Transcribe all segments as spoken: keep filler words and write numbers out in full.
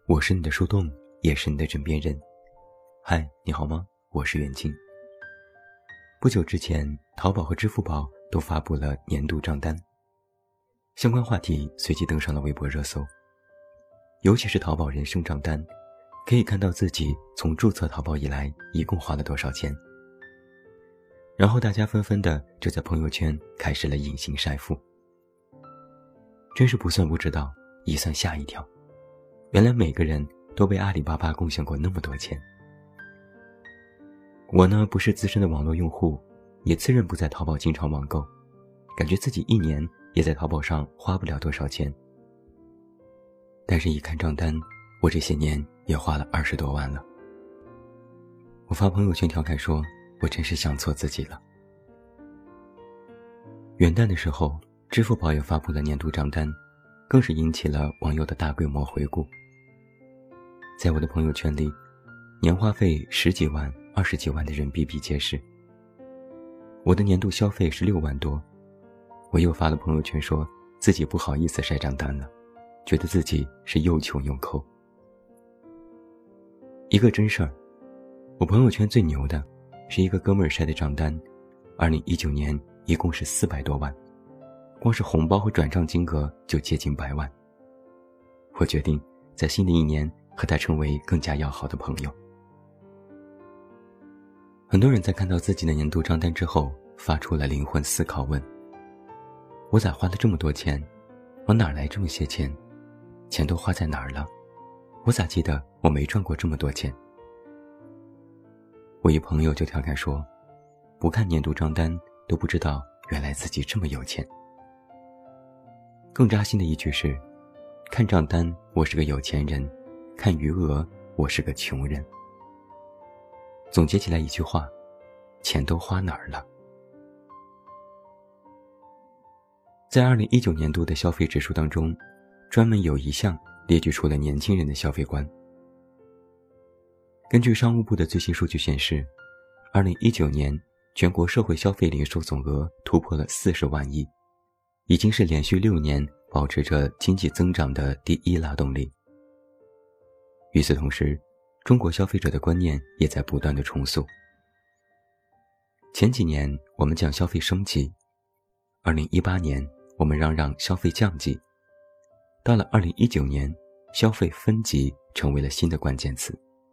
我是你的树洞，也是你的枕边人。嗨，你好吗？我是袁静。不久之前，淘宝和支付宝都发布了年度账单，相关话题随即登上了微博热搜。尤其是淘宝人生账单，可以看到自己从注册淘宝以来一共花了多少钱。然后大家纷纷的就在朋友圈开始了隐形晒富。真是不算不知道，一算吓一跳，原来每个人都被阿里巴巴贡献过那么多钱。我呢，不是资深的网络用户，也自认不在淘宝经常网购，感觉自己一年也在淘宝上花不了多少钱。但是一看账单，我这些年也花了二十多万了。我发朋友圈调侃说，我真是想错自己了。元旦的时候，支付宝也发布了年度账单，更是引起了网友的大规模回顾。在我的朋友圈里，年花费十几万、二十几万的人比比皆是。我的年度消费是六万多，我又发了朋友圈说自己不好意思晒账单了，觉得自己是又穷又抠。一个真事儿，我朋友圈最牛的是一个哥们儿晒的账单，二零一九年一共是四百多万，光是红包和转账金额就接近百万。我决定在新的一年和他成为更加要好的朋友。很多人在看到自己的年度账单之后，发出了灵魂思考问：我咋花了这么多钱？我哪来这么些钱？钱都花在哪儿了？我咋记得我没赚过这么多钱？我一朋友就调侃说，不看年度账单都不知道原来自己这么有钱。更扎心的一句是，看账单我是个有钱人，看余额我是个穷人。总结起来一句话，钱都花哪儿了？在二零一九年度的消费指数当中，专门有一项列举出了年轻人的消费观。根据商务部的最新数据显示，二零一九年全国社会消费零售总额突破了四十万亿，已经是连续六年保持着经济增长的第一拉动力。与此同时，中国消费者的观念也在不断的重塑。前几年我们讲消费升级，二零一八年我们嚷嚷消费降级，到了二零一九年，消费分级成为了新的关键词。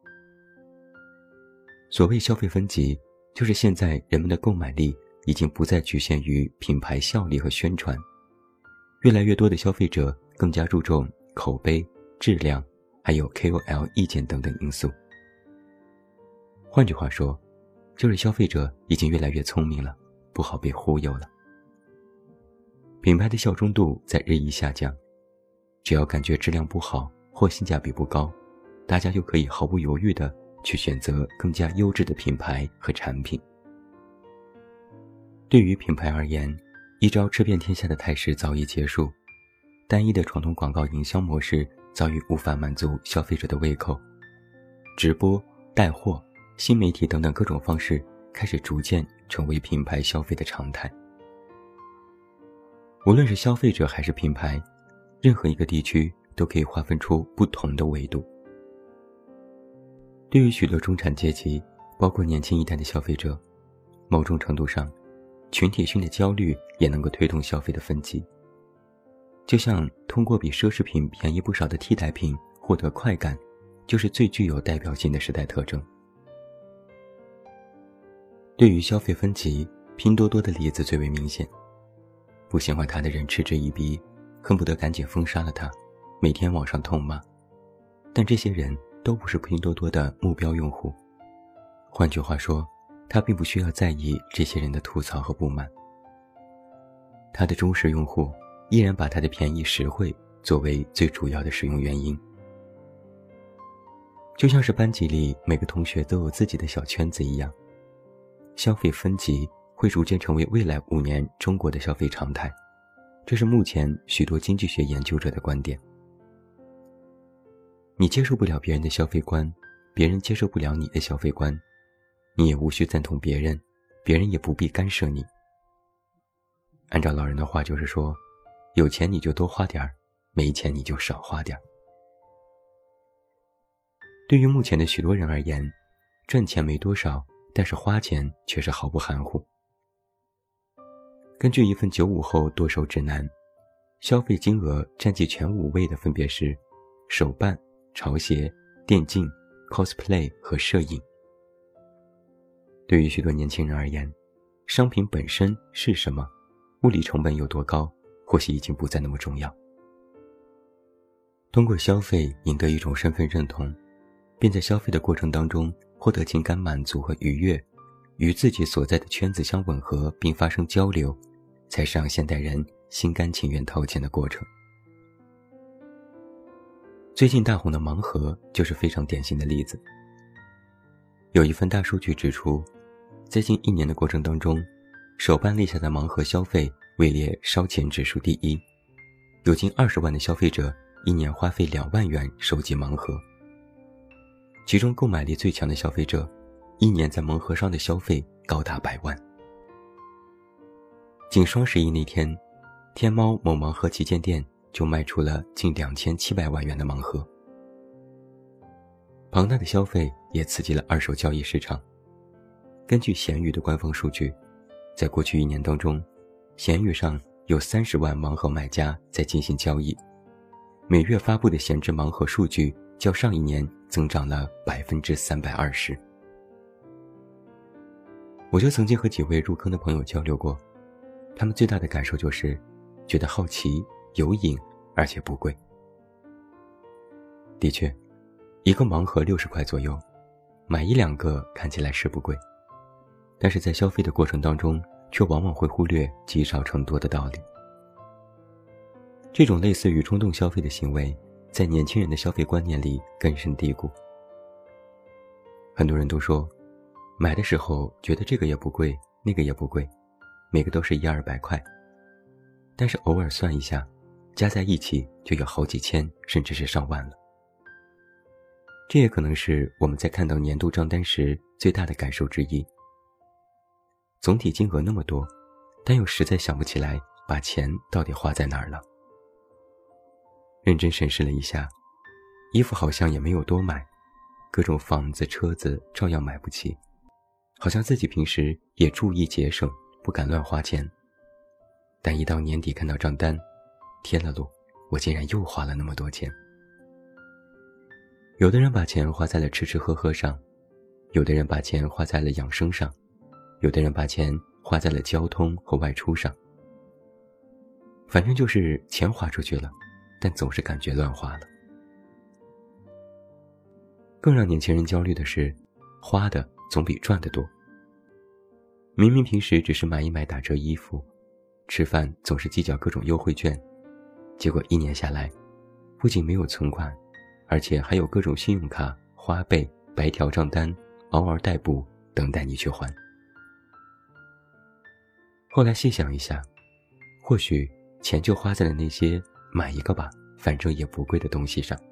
所谓消费分级，就是现在人们的购买力已经不再局限于品牌效力和宣传，越来越多的消费者更加注重口碑、质量，还有 K O L 意见等等因素。换句话说，就是消费者已经越来越聪明了，不好被忽悠了。品牌的效忠度在日益下降，只要感觉质量不好或性价比不高，大家就可以毫不犹豫地去选择更加优质的品牌和产品。对于品牌而言，一招吃遍天下的态势早已结束，单一的传统广告营销模式早已无法满足消费者的胃口，直播、带货、新媒体等等各种方式开始逐渐成为品牌消费的常态。无论是消费者还是品牌，任何一个地区都可以划分出不同的维度。对于许多中产阶级，包括年轻一代的消费者，某种程度上，群体性的焦虑也能够推动消费的分级。就像通过比奢侈品便宜不少的替代品获得快感，就是最具有代表性的时代特征。对于消费分级，拼多多的例子最为明显。不喜欢它的人嗤之以鼻，恨不得赶紧封杀了它，每天网上痛骂。但这些人都不是拼多多的目标用户。换句话说，他并不需要在意这些人的吐槽和不满。他的忠实用户依然把他的便宜实惠作为最主要的使用原因。就像是班级里每个同学都有自己的小圈子一样，消费分级会逐渐成为未来五年中国的消费常态，这是目前许多经济学研究者的观点。你接受不了别人的消费观，别人接受不了你的消费观，你也无需赞同别人，别人也不必干涉你。按照老人的话就是说，有钱你就多花点儿，没钱你就少花点儿。 对于目前的许多人而言，赚钱没多少，但是花钱却是毫不含糊。根据一份九五后剁手指南，消费金额占据前五位的分别是手办、潮鞋、电竞、cosplay 和摄影。对于许多年轻人而言，商品本身是什么，物理成本有多高，或许已经不再那么重要。通过消费赢得一种身份认同，并在消费的过程当中获得情感满足和愉悦，与自己所在的圈子相吻合并发生交流，才是让现代人心甘情愿掏钱的过程。最近大红的盲盒就是非常典型的例子。有一份大数据指出，在近一年的过程当中，手办立下的盲盒消费位列烧钱指数第一，有近二十万的消费者一年花费两万元收集盲盒。其中购买力最强的消费者，一年在盲盒上的消费高达百万。仅双十一那天，天猫某盲盒旗舰店就卖出了近两千七百万元的盲盒。庞大的消费也刺激了二手交易市场。根据闲鱼的官方数据，在过去一年当中，闲鱼上有三十万盲盒买家在进行交易，每月发布的闲置盲盒数据较上一年增长了 百分之三百二十。 我就曾经和几位入坑的朋友交流过，他们最大的感受就是觉得好奇、有瘾，而且不贵。的确，一个盲盒六十块左右，买一两个看起来是不贵，但是在消费的过程当中，却往往会忽略积少成多的道理。这种类似于冲动消费的行为，在年轻人的消费观念里根深蒂固。很多人都说，买的时候觉得这个也不贵，那个也不贵，每个都是一二百块，但是偶尔算一下，加在一起就有好几千，甚至是上万了。这也可能是我们在看到年度账单时最大的感受之一。总体金额那么多，但又实在想不起来把钱到底花在哪儿了。认真审视了一下，衣服好像也没有多买，各种房子车子照样买不起，好像自己平时也注意节省，不敢乱花钱。但一到年底看到账单，天了噜，我竟然又花了那么多钱。有的人把钱花在了吃吃喝喝上，有的人把钱花在了养生上，有的人把钱花在了交通和外出上。反正就是钱花出去了，但总是感觉乱花了。更让年轻人焦虑的是，花的总比赚的多。明明平时只是买一买打折衣服，吃饭总是计较各种优惠券，结果一年下来，不仅没有存款，而且还有各种信用卡、花呗、白条账单、嗷嗷待哺，等待你去还。后来细想一下，或许钱就花在了那些买一个吧，反正也不贵的东西上。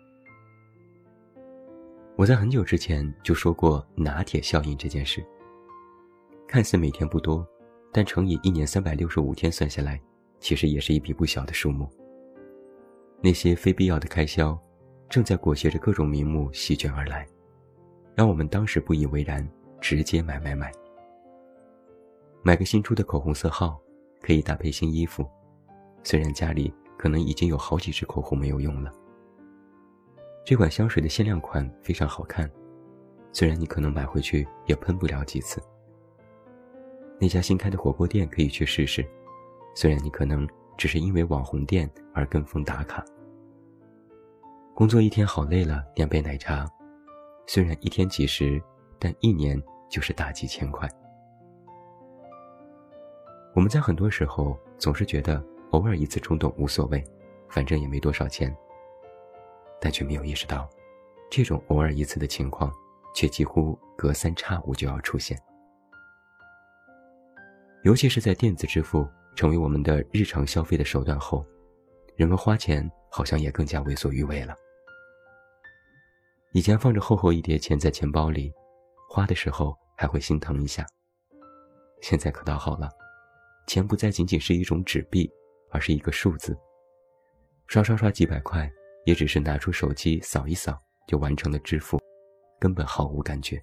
我在很久之前就说过拿铁效应这件事，看似每天不多，但乘以一年三百六十五天算下来，其实也是一笔不小的数目。那些非必要的开销正在裹挟着各种名目席卷而来，让我们当时不以为然，直接买买买。买个新出的口红色号，可以搭配新衣服，虽然家里可能已经有好几支口红没有用了。这款香水的限量款非常好看，虽然你可能买回去也喷不了几次。那家新开的火锅店可以去试试，虽然你可能只是因为网红店而跟风打卡。工作一天好累了，点杯奶茶，虽然一天几十，但一年就是大几千块。我们在很多时候总是觉得偶尔一次冲动无所谓，反正也没多少钱，但却没有意识到，这种偶尔一次的情况却几乎隔三差五就要出现。尤其是在电子支付成为我们的日常消费的手段后，人们花钱好像也更加为所欲为了。以前放着厚厚一叠钱在钱包里，花的时候还会心疼一下，现在可倒好了，钱不再仅仅是一种纸币，而是一个数字，刷刷刷几百块，也只是拿出手机扫一扫就完成了支付，根本毫无感觉。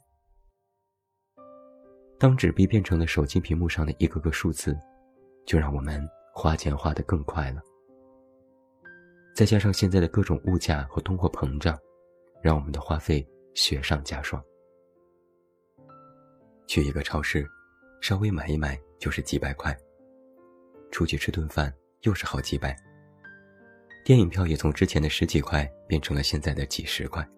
当纸币变成了手机屏幕上的一个个数字，就让我们花钱花得更快了。再加上现在的各种物价和通货膨胀，让我们的花费雪上加霜。去一个超市，稍微买一买就是几百块，出去吃顿饭又是好几百，电影票也从之前的十几块变成了现在的几十块。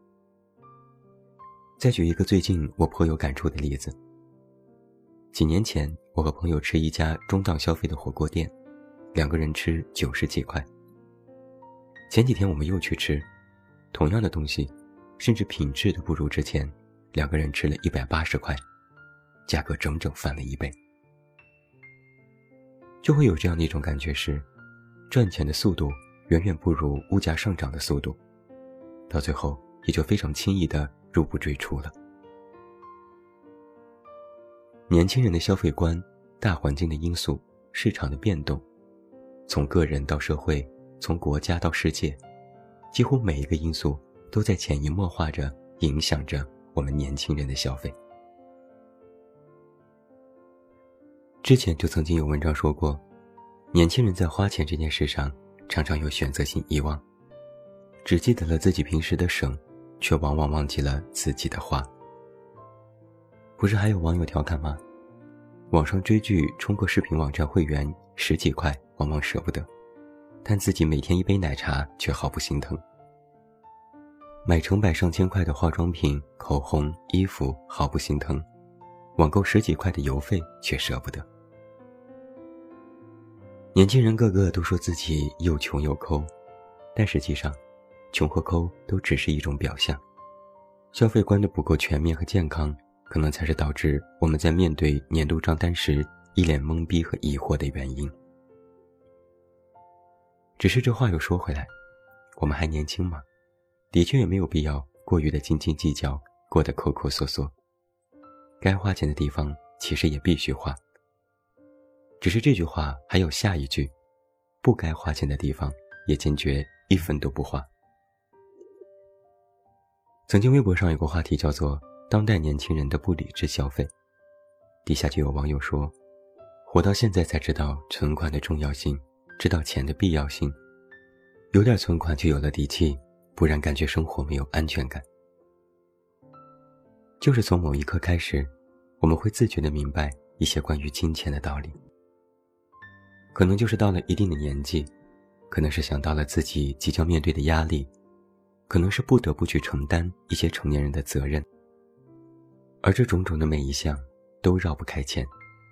再举一个最近我颇有感触的例子，几年前我和朋友吃一家中档消费的火锅店，两个人吃九十几块。前几天我们又去吃，同样的东西，甚至品质都不如之前，两个人吃了一百八十块，价格整整翻了一倍。就会有这样的一种感觉是，赚钱的速度远远不如物价上涨的速度，到最后也就非常轻易地入不敷出了。年轻人的消费观、大环境的因素、市场的变动，从个人到社会，从国家到世界，几乎每一个因素都在潜移默化着影响着我们年轻人的消费。之前就曾经有文章说过，年轻人在花钱这件事上常常有选择性遗忘，只记得了自己平时的省，却往往忘记了自己的花。不是还有网友调侃吗？网上追剧充个视频网站会员十几块往往舍不得，但自己每天一杯奶茶却毫不心疼。买成百上千块的化妆品、口红、衣服毫不心疼，网购十几块的邮费却舍不得。年轻人个个都说自己又穷又抠，但实际上穷和抠都只是一种表象，消费观的不够全面和健康，可能才是导致我们在面对年度账单时一脸懵逼和疑惑的原因。只是这话又说回来，我们还年轻嘛，的确也没有必要过于的斤斤计较，过得抠抠缩缩。该花钱的地方其实也必须花，只是这句话还有下一句，不该花钱的地方也坚决一分都不花。曾经微博上有个话题叫做当代年轻人的不理智消费，底下就有网友说，活到现在才知道存款的重要性，知道钱的必要性，有点存款就有了底气，不然感觉生活没有安全感。就是从某一刻开始，我们会自觉地明白一些关于金钱的道理。可能就是到了一定的年纪，可能是想到了自己即将面对的压力，可能是不得不去承担一些成年人的责任，而这种种的每一项都绕不开钱。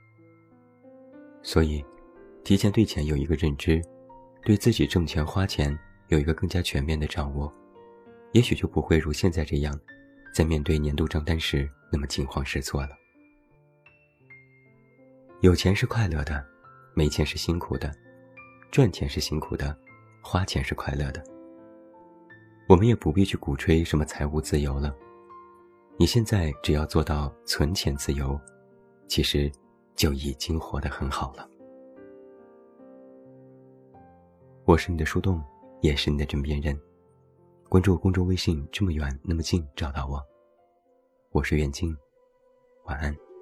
所以提前对钱有一个认知，对自己挣钱花钱有一个更加全面的掌握，也许就不会如现在这样，在面对年度账单时那么惊慌失措了。有钱是快乐的，没钱是辛苦的，赚钱是辛苦的，花钱是快乐的。我们也不必去鼓吹什么财务自由了，你现在只要做到存钱自由，其实就已经活得很好了。我是你的树洞，也是你的枕边人。关注我公众微信，这么远那么近找到我。我是远近，晚安。